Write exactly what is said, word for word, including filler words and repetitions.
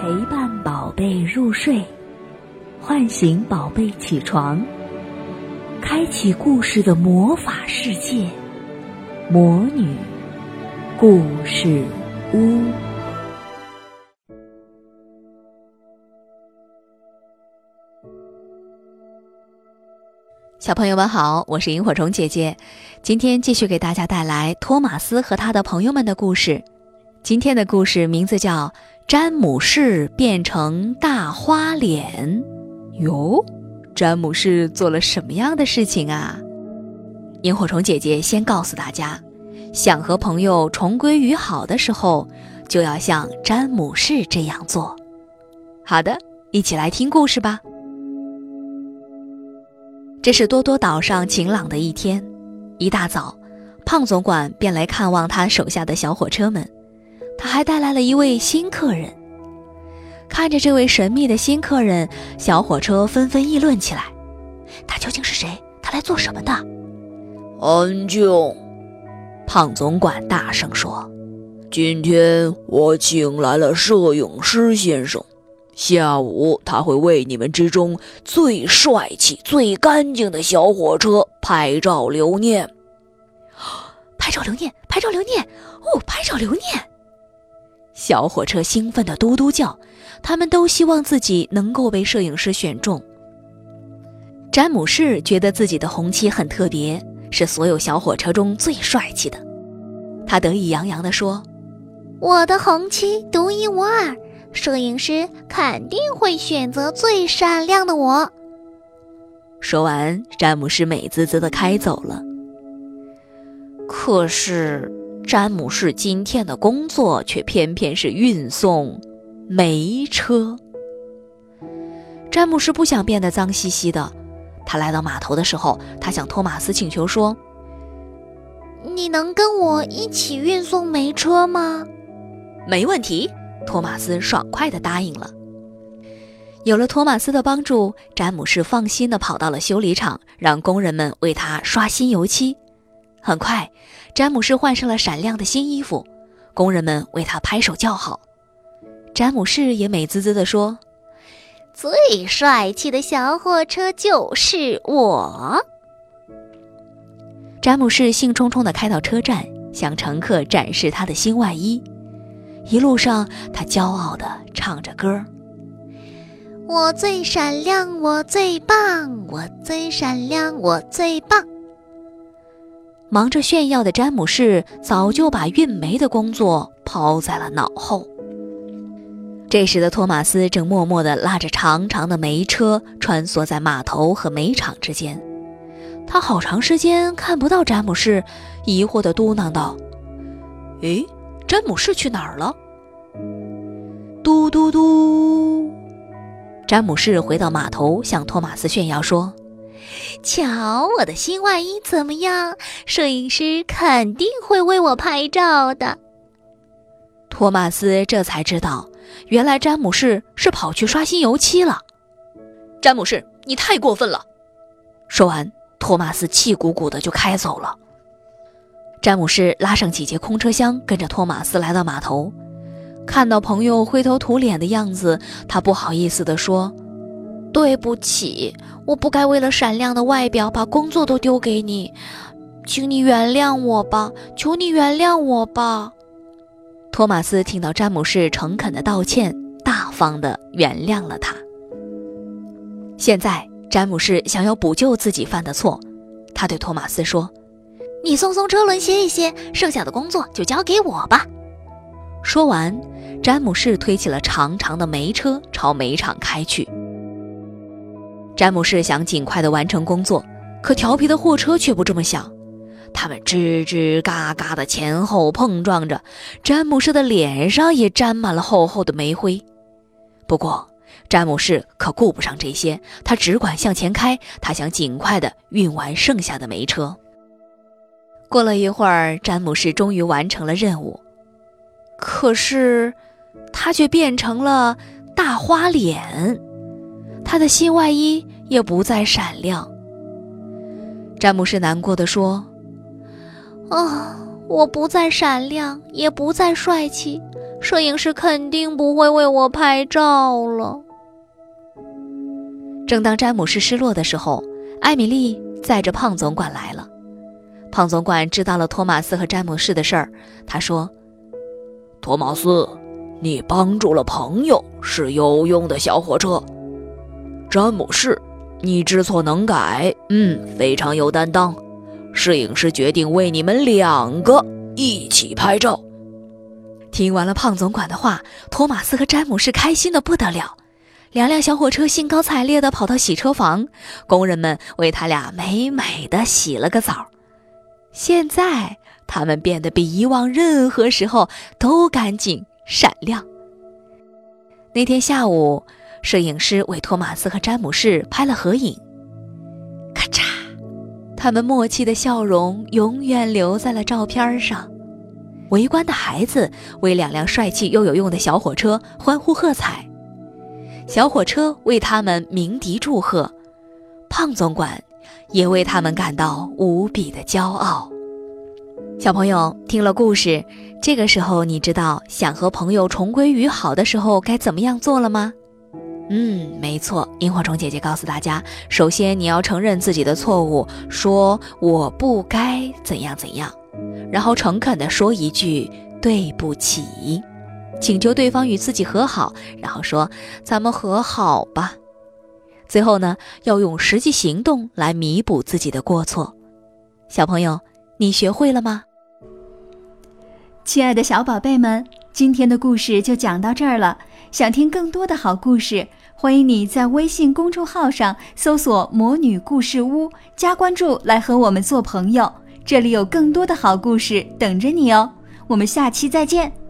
陪伴宝贝入睡，唤醒宝贝起床，开启故事的魔法世界——魔女故事屋。 小朋友们好，我是萤火虫姐姐，今天继续给大家带来托马斯和他的朋友们的故事。今天的故事名字叫詹姆士变成大花脸。哟，詹姆士做了什么样的事情啊？萤火虫姐姐先告诉大家，想和朋友重归于好的时候，就要像詹姆士这样做。好的，一起来听故事吧。这是多多岛上晴朗的一天，一大早，胖总管便来看望他手下的小火车们，他还带来了一位新客人。看着这位神秘的新客人，小火车纷纷议论起来，他究竟是谁？他来做什么的？ 安静！ 胖总管大声说， 今天我请来了摄影师先生，下午他会为你们之中最帅气最干净的小火车拍照留念。 拍照留念，拍照留念，哦，拍照留念！小火车兴奋地嘟嘟叫，他们都希望自己能够被摄影师选中。詹姆士觉得自己的红漆很特别，是所有小火车中最帅气的。他得意洋洋地说， 我的红漆独一无二，摄影师肯定会选择最闪亮的我。 说完，詹姆士美滋滋地开走了。可是詹姆士今天的工作却偏偏是运送煤车。詹姆士不想变得脏兮兮的，他来到码头的时候，他向托马斯请求说， 你能跟我一起运送煤车吗？ 没问题，托马斯爽快地答应了。有了托马斯的帮助，詹姆士放心地跑到了修理厂，让工人们为他刷新油漆。很快，詹姆士换上了闪亮的新衣服，工人们为他拍手叫好。詹姆士也美滋滋地说， 最帅气的小火车就是我。 詹姆士兴冲冲地开到车站，向乘客展示他的新外衣。一路上，他骄傲地唱着歌， 我最闪亮，我最棒，我最闪亮，我最棒。 忙着炫耀的詹姆士早就把运煤的工作抛在了脑后。这时的托马斯正默默地拉着长长的煤车穿梭在码头和煤场之间。他好长时间看不到詹姆士，疑惑地嘟囔道，诶，詹姆士去哪儿了？嘟嘟嘟！詹姆士回到码头，向托马斯炫耀说， 瞧我的新外衣怎么样？摄影师肯定会为我拍照的。 托马斯这才知道，原来詹姆士是跑去刷新油漆了。詹姆士，你太过分了！说完，托马斯气鼓鼓的就开走了。詹姆士拉上几节空车厢，跟着托马斯来到码头。看到朋友灰头土脸的样子，他不好意思地说， 对不起，我不该为了闪亮的外表把工作都丢给你，请你原谅我吧，求你原谅我吧。 托马斯听到詹姆士诚恳的道歉，大方地原谅了他。现在詹姆士想要补救自己犯的错，他对托马斯说， 你松松车轮歇一歇，剩下的工作就交给我吧。 说完，詹姆士推起了长长的煤车朝煤场开去。詹姆士想尽快地完成工作，可调皮的货车却不这么想，他们吱吱嘎嘎地前后碰撞着，詹姆士的脸上也沾满了厚厚的煤灰。不过詹姆士可顾不上这些，他只管向前开，他想尽快地运完剩下的煤车。过了一会儿，詹姆士终于完成了任务，可是他却变成了大花脸，他的新外衣也不再闪亮。詹姆士难过地说， 啊，我不再闪亮，也不再帅气， 摄影师肯定不会为我拍照了。 正当詹姆士失落的时候，艾米丽载着胖总管来了。胖总管知道了托马斯和詹姆士的事儿，他说： 托马斯，你帮助了朋友，是有用的小火车。詹姆士，你知错能改，嗯，非常有担当。摄影师决定为你们两个一起拍照。 听完了胖总管的话，托马斯和詹姆士开心得不得了。两辆小火车兴高采烈地跑到洗车房，工人们为他俩美美地洗了个澡。现在他们变得比以往任何时候都干净闪亮。那天下午，摄影师为托马斯和詹姆士拍了合影。咔嚓，他们默契的笑容永远留在了照片上。围观的孩子为两辆帅气又有用的小火车欢呼喝彩，小火车为他们鸣笛祝贺，胖总管也为他们感到无比的骄傲。小朋友，听了故事，这个时候你知道想和朋友重归于好的时候该怎么样做了吗？嗯，没错，萤火虫姐姐告诉大家，首先你要承认自己的错误，说我不该怎样怎样，然后诚恳地说一句对不起，请求对方与自己和好，然后说咱们和好吧。最后呢，要用实际行动来弥补自己的过错。小朋友，你学会了吗？ 亲爱的小宝贝们，今天的故事就讲到这儿了。想听更多的好故事，欢迎你在微信公众号上搜索魔女故事屋，加关注来和我们做朋友。这里有更多的好故事等着你哦。我们下期再见。